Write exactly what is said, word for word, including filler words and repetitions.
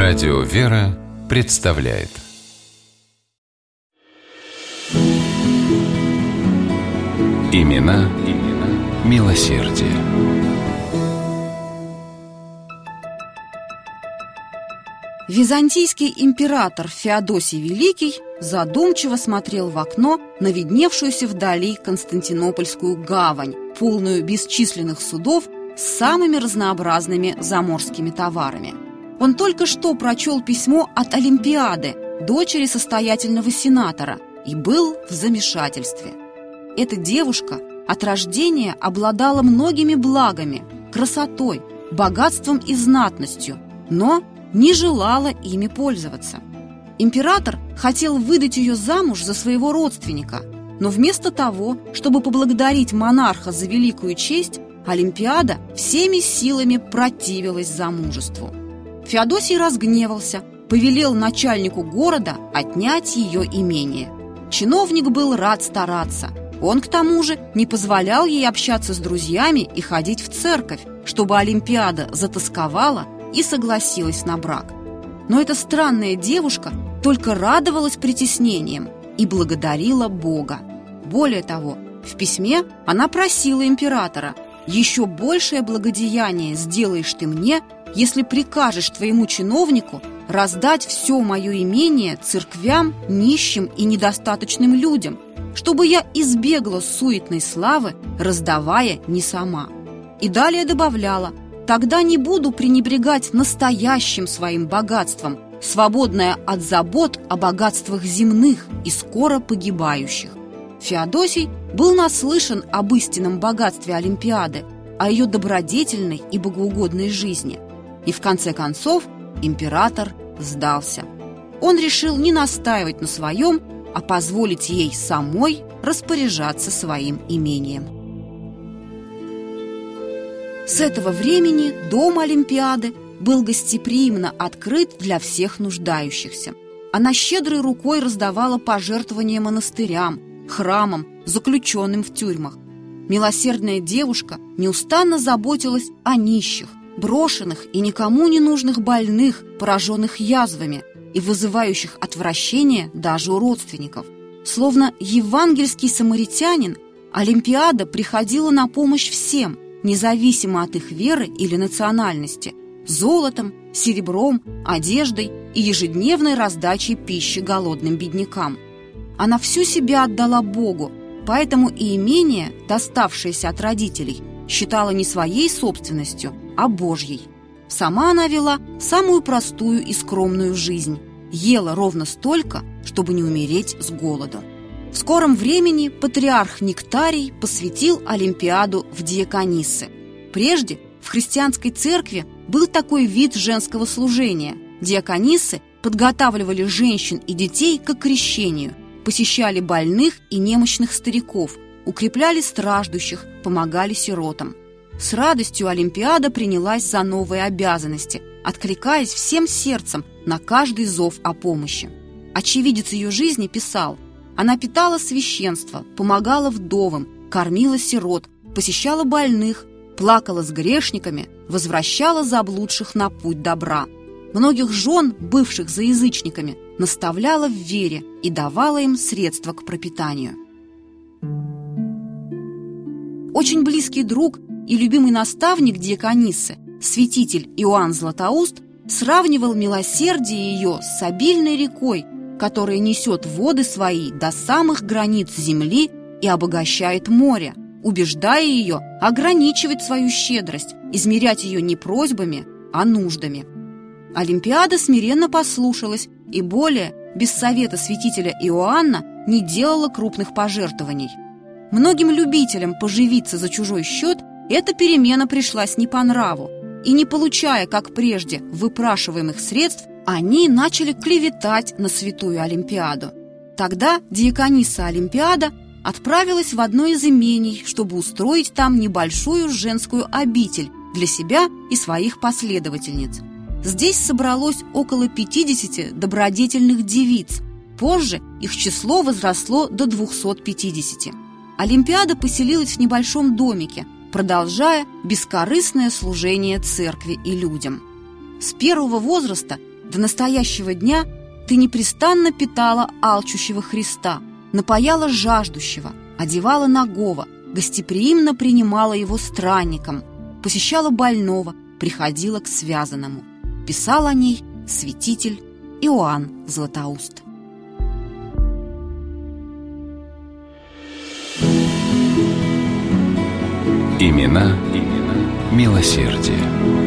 Радио «Вера» представляет Имена, имена милосердия. Византийский император Феодосий Великий задумчиво смотрел в окно на видневшуюся вдали Константинопольскую гавань, полную бесчисленных судов с самыми разнообразными заморскими товарами. Он только что прочел письмо от Олимпиады, дочери состоятельного сенатора, и был в замешательстве. Эта девушка от рождения обладала многими благами, красотой, богатством и знатностью, но не желала ими пользоваться. Император хотел выдать ее замуж за своего родственника, но вместо того, чтобы поблагодарить монарха за великую честь, Олимпиада всеми силами противилась замужеству. Феодосий разгневался, повелел начальнику города отнять ее имение. Чиновник был рад стараться. Он, к тому же, не позволял ей общаться с друзьями и ходить в церковь, чтобы Олимпиада затосковала и согласилась на брак. Но эта странная девушка только радовалась притеснениям и благодарила Бога. Более того, в письме она просила императора: «Еще большее благодеяние сделаешь ты мне, если прикажешь твоему чиновнику раздать все мое имение церквям, нищим и недостаточным людям, чтобы я избегла суетной славы, раздавая не сама». И далее добавляла: «Тогда не буду пренебрегать настоящим своим богатством, свободное от забот о богатствах земных и скоро погибающих». Феодосий был наслышан об истинном богатстве Олимпиады, о ее добродетельной и богоугодной жизни. И в конце концов император сдался. Он решил не настаивать на своем, а позволить ей самой распоряжаться своим имением. С этого времени дом Олимпиады был гостеприимно открыт для всех нуждающихся. Она щедрой рукой раздавала пожертвования монастырям, храмам, заключенным в тюрьмах. Милосердная девушка неустанно заботилась о нищих, брошенных и никому не нужных больных, пораженных язвами и вызывающих отвращение даже у родственников. Словно евангельский самаритянин, Олимпиада приходила на помощь всем, независимо от их веры или национальности, золотом, серебром, одеждой и ежедневной раздачей пищи голодным беднякам. Она всю себя отдала Богу, поэтому и имение, доставшееся от родителей, считала не своей собственностью, а Божьей. Сама она вела самую простую и скромную жизнь, ела ровно столько, чтобы не умереть с голоду. В скором времени патриарх Нектарий посвятил Олимпиаду в диакониссы. Прежде в христианской церкви был такой вид женского служения. Диакониссы подготавливали женщин и детей к крещению, посещали больных и немощных стариков, укрепляли страждущих, помогали сиротам. С радостью Олимпиада принялась за новые обязанности, откликаясь всем сердцем на каждый зов о помощи. Очевидец ее жизни писал: она питала священство, помогала вдовам, кормила сирот, посещала больных, плакала с грешниками, возвращала заблудших на путь добра. Многих жен, бывших за язычниками, наставляла в вере и давала им средства к пропитанию. Очень близкий друг и любимый наставник диакониссы, святитель Иоанн Златоуст, сравнивал милосердие ее с обильной рекой, которая несет воды свои до самых границ земли и обогащает море, убеждая ее ограничивать свою щедрость, измерять ее не просьбами, а нуждами. Олимпиада смиренно послушалась и более, без совета святителя Иоанна, не делала крупных пожертвований. Многим любителям поживиться за чужой счет эта перемена пришлась не по нраву, и не получая, как прежде, выпрашиваемых средств, они начали клеветать на святую Олимпиаду. Тогда диаконисса Олимпиада отправилась в одно из имений, чтобы устроить там небольшую женскую обитель для себя и своих последовательниц. Здесь собралось около пятидесяти добродетельных девиц. Позже их число возросло до двухсот пятидесяти. Олимпиада поселилась в небольшом домике, продолжая бескорыстное служение церкви и людям. С первого возраста До настоящего дня ты непрестанно питала алчущего Христа, напояла жаждущего, одевала нагого, гостеприимно принимала его странником, посещала больного, приходила к связанному. Писал о ней святитель Иоанн Златоуст. Имена, имена милосердия.